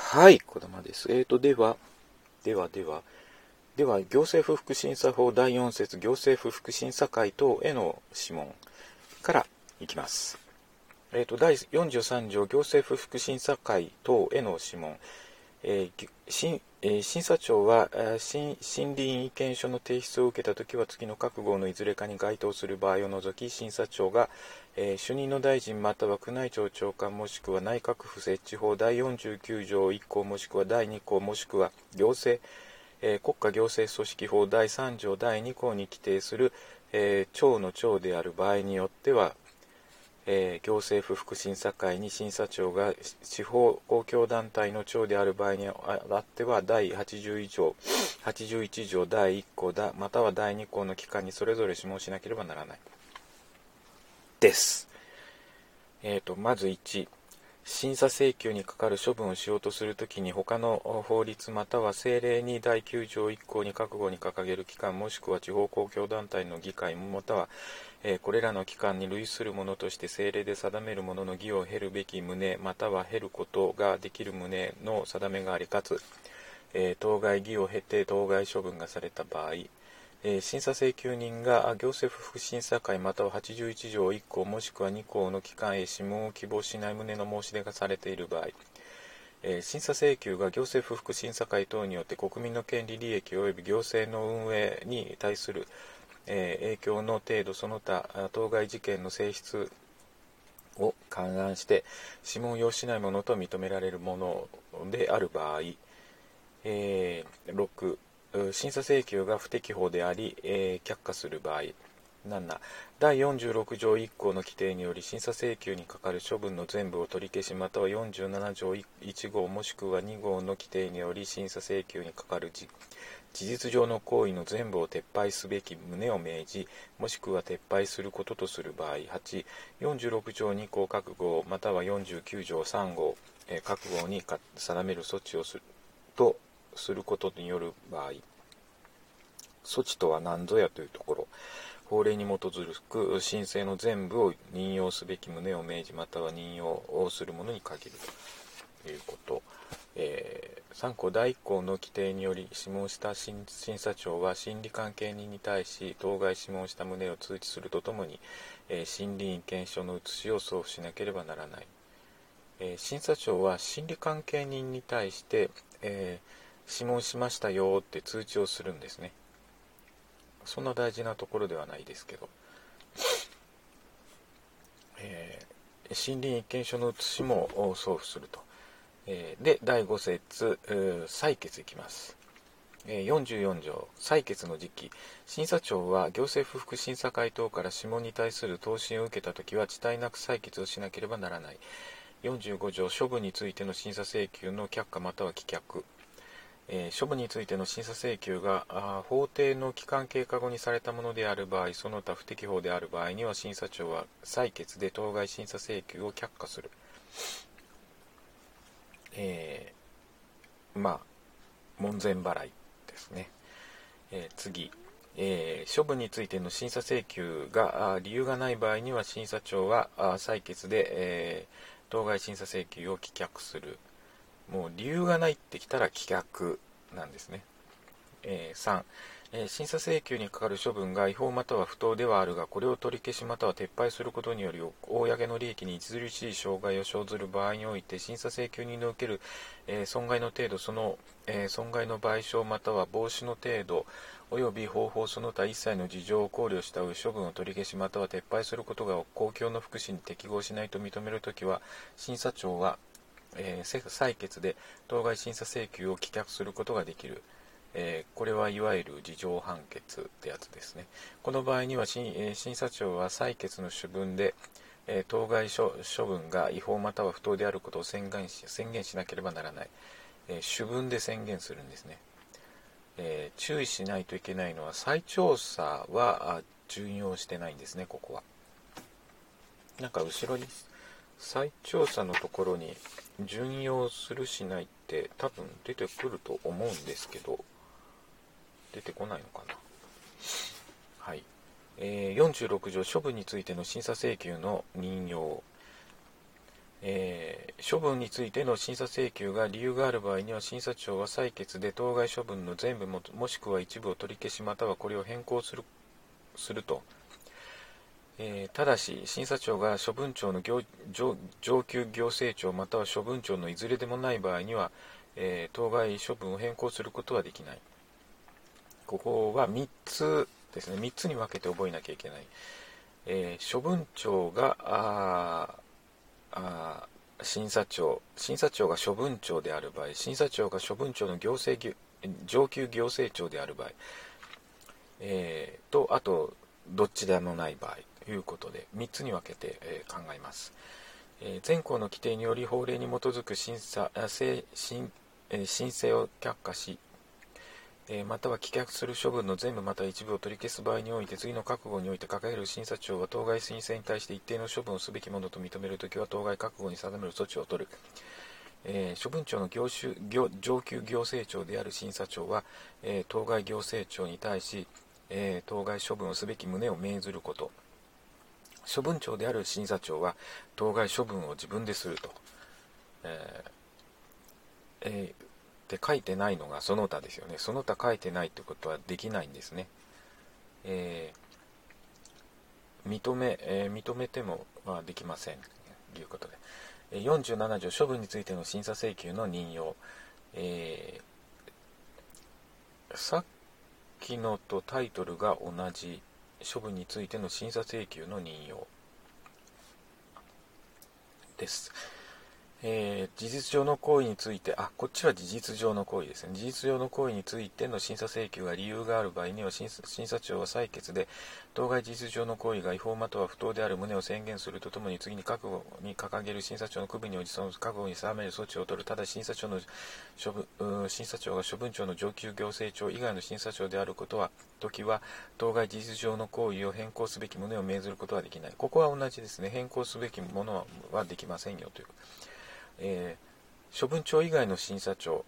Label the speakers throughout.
Speaker 1: はい、児玉です。では、行政不服審査法第4節行政不服審査会等への諮問からいきます。第43条行政不服審査会等への諮問。審査庁は森林意見書の提出を受けたときは次の各号のいずれかに該当する場合を除き、審査庁が主任の大臣または宮内庁長官もしくは内閣府設置法第49条1項もしくは第2項もしくは国家行政組織法第3条第2項に規定する庁の長である場合によっては、行政不服審査会に審査庁が地方公共団体の長である場合にあっては第81条第1項または第2項の機関にそれぞれ諮問しなければならないです。まず1、審査請求にかかる処分をしようとするときに他の法律または政令に第9条1項に各号に掲げる機関もしくは地方公共団体の議会またはこれらの機関に類するものとして政令で定めるものの義を経るべき旨または経ることができる旨の定めがありかつ、当該義を経て当該処分がされた場合、審査請求人が行政不服審査会または81条1項もしくは2項の機関へ諮問を希望しない旨の申し出がされている場合、審査請求が行政不服審査会等によって国民の権利利益及び行政の運営に対する影響の程度その他当該事件の性質を勘案して諮問を要しないものと認められるものである場合、6審査請求が不適法であり、却下する場合、7第46条1項の規定により審査請求にかかる処分の全部を取り消しまたは47条1号もしくは2号の規定により審査請求にかかる事実上の行為の全部を撤廃すべき旨を命じもしくは撤廃することとする場合、8、46条2項各号または49条3号、各号に定める措置をすることによる場合、措置とは何ぞやというところ、法令に基づく申請の全部を任用すべき旨を命じまたは任用をするものに限るということ。3項第1項の規定により諮問した審査庁は審理関係人に対し当該諮問した旨を通知するとともに、森林意見書の写しを送付しなければならない。審査庁は審理関係人に対して、諮問しましたよって通知をするんですね。そんな大事なところではないですけど、森林意見書の写しも送付すると。で、第5節、採決いきます。44条、採決の時期、審査庁は行政不服審査会等から諮問に対する答申を受けたときは、遅滞なく採決をしなければならない。45条、処分についての審査請求の却下または棄却。処分についての審査請求が法定の期間経過後にされたものである場合、その他不適法である場合には審査庁は採決で当該審査請求を却下する。門前払いですね。次、処分についての審査請求が理由がない場合には審査庁は採決で、当該審査請求を棄却する。もう理由がないってきたら棄却なんですね。3、審査請求にかかる処分が違法または不当ではあるが、これを取り消しまたは撤廃することにより公の利益に著しい障害を生ずる場合において、審査請求人の受ける、損害の程度、その、損害の賠償または防止の程度及び方法その他一切の事情を考慮した上、処分を取り消しまたは撤廃することが公共の福祉に適合しないと認めるときは、審査庁は採決で当該審査請求を棄却することができる。これはいわゆる事情判決ってやつですね。この場合には審査庁は採決の主文で、当該処分が違法または不当であることを宣言しなければならない。主文で宣言するんですね。注意しないといけないのは再調査は準用してないんですね。ここはなんか後ろに再調査のところに準用するしないって多分出てくると思うんですけど、出てこないのかな。はい。46条処分についての審査請求の任用。 処分についての審査請求が理由がある場合には、審査庁は裁決で当該処分の全部 もしくは一部を取り消し、またはこれを変更すると。ただし、審査庁が処分庁の上級行政庁または処分庁のいずれでもない場合には、当該処分を変更することはできない。ここは3つですね。3つに分けて覚えなきゃいけない。処分庁が審査庁が処分庁である場合、審査庁が処分庁の上級行政庁である場合、あとどっちでもない場合ということで3つに分けて、考えます。前項の規定により法令に基づく申請を却下し、または棄却する処分の全部または一部を取り消す場合において、次の覚悟において掲げる審査庁は当該申請に対して一定の処分をすべきものと認めるときは当該覚悟に定める措置を取る。処分庁の上級行政庁である審査庁は、当該行政庁に対し、当該処分をすべき旨を命ずること。処分庁である審査庁は当該処分を自分ですると。って書いてないのがその他ですよね。その他書いてないということはできないんですね。認めてもできませんということで。47条処分についての審査請求の任用。さっきのとタイトルが同じ処分についての審査請求の任用です。事実上の行為について、こっちは事実上の行為ですね。事実上の行為についての審査請求が理由がある場合には、審査庁は裁決で、当該事実上の行為が違法または不当である旨を宣言するとともに、次に覚悟に掲げる審査庁の区分に応じ、その覚悟に定める措置を取る。ただし、審査庁が処分庁の上級行政庁以外の審査庁である時は、当該事実上の行為を変更すべき旨を命ずることはできない。ここは同じですね。変更すべきものはできませんよという。処分庁以外の審査庁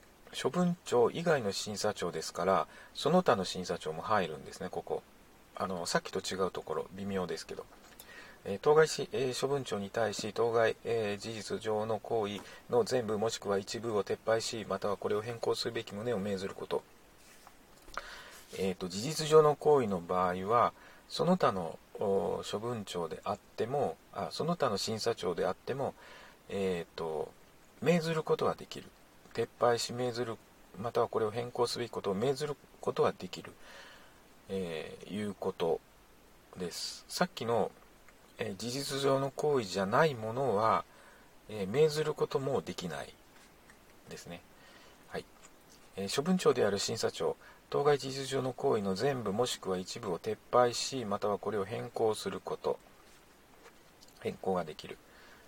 Speaker 1: ですから、その他の審査庁も入るんですね。ここさっきと違うところ微妙ですけど、当該処分庁に対し当該、事実上の行為の全部もしくは一部を撤廃し、またはこれを変更するべき旨を命ずること。事実上の行為の場合は、その他の処分庁であっても、その他の審査庁であっても、命ずることはできる。撤廃し命ずる、またはこれを変更すべきことを命ずることはできる、いうことです。さっきの、事実上の行為じゃないものは、命ずることもできないですね。はい。処分庁である審査庁、当該事実上の行為の全部もしくは一部を撤廃し、またはこれを変更すること。変更ができる。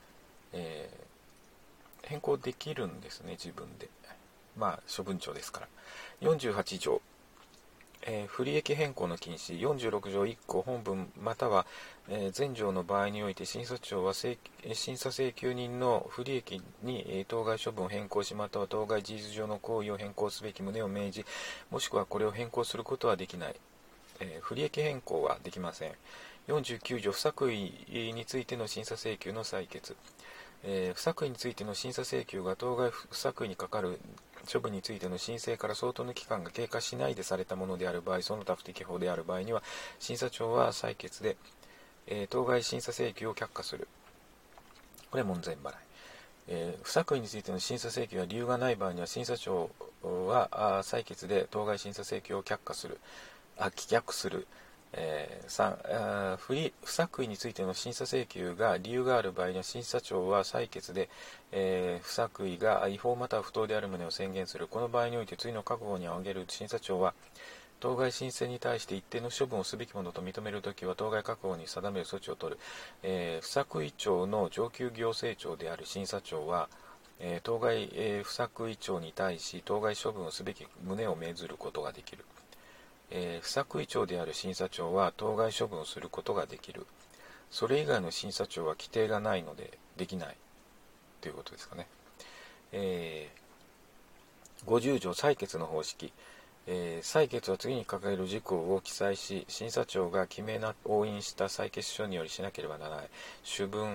Speaker 1: 変更できるんですね、自分で。処分庁ですから。48条、不利益変更の禁止。46条1項本文または、前条の場合において審査庁は審査請求人の不利益に、当該処分を変更し、または当該事実上の行為を変更すべき旨を命じ、もしくはこれを変更することはできない。不利益変更はできません。49条不作為についての審査請求の採決。不作為についての審査請求が当該不作為にかかる処分についての申請から相当の期間が経過しないでされたものである場合、その他不適法である場合には、審査庁は採決で、当該審査請求を却下する。これ門前払い。不作為についての審査請求が理由がない場合には、審査庁は採決で当該審査請求を棄却する。3、不作為についての審査請求が理由がある場合には、審査庁は採決で、不作為が違法または不当である旨を宣言する。この場合において次の覚悟に挙げる審査庁は、当該申請に対して一定の処分をすべきものと認めるときは、当該覚悟に定める措置を取る。不作為庁の上級行政庁である審査庁は、当該、不作為庁に対し当該処分をすべき旨を命ずることができる。不作為庁である審査庁は当該処分をすることができる。それ以外の審査庁は規定がないのでできないということですかね。50条採決の方式。採決は次に掲げる事項を記載し、審査庁が記名な押印した採決書によりしなければならない。主文、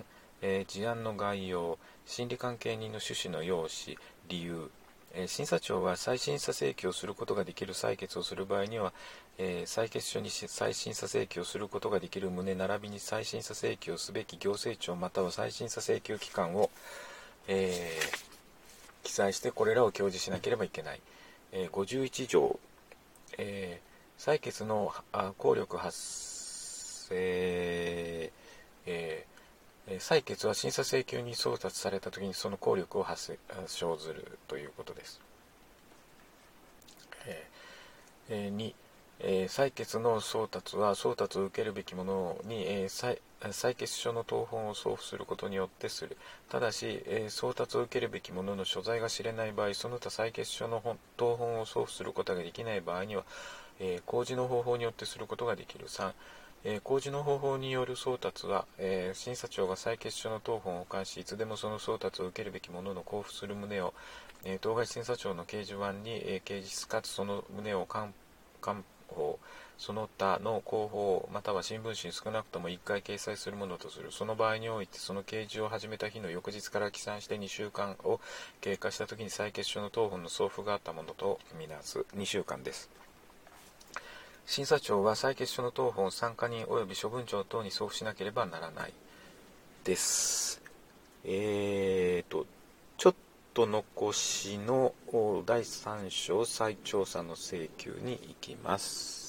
Speaker 1: 事案の概要、審理関係人の趣旨の要旨、理由、審査庁は再審査請求をすることができる裁決をする場合には、裁決書に再審査請求をすることができる旨並びに再審査請求をすべき行政庁または再審査請求機関を、記載してこれらを表示しなければいけない。51条、採決の効力発生、採決は審査請求に送達されたときにその効力を生ずるということです。2、採決の送達は送達を受けるべきものに、採決書の謄本を送付することによってする。ただし、送達を受けるべきものの所在が知れない場合、その他採決書の謄本を送付することができない場合には、公示の方法によってすることができる。3、公示の方法による送達は、審査庁が採決書の謄本を保管し、いつでもその送達を受けるべきものの交付する旨を、当該審査庁の掲示板に、掲示かつその旨を官報、その他の広報または新聞紙に少なくとも1回掲載するものとする。その場合においてその掲示を始めた日の翌日から起算して2週間を経過したときに採決書の謄本の送付があったものとみなす。2週間です。審査庁は採決書の謄本を参加人及び処分庁等に送付しなければならないです。ちょっと残しの第3章再調査の請求に行きます。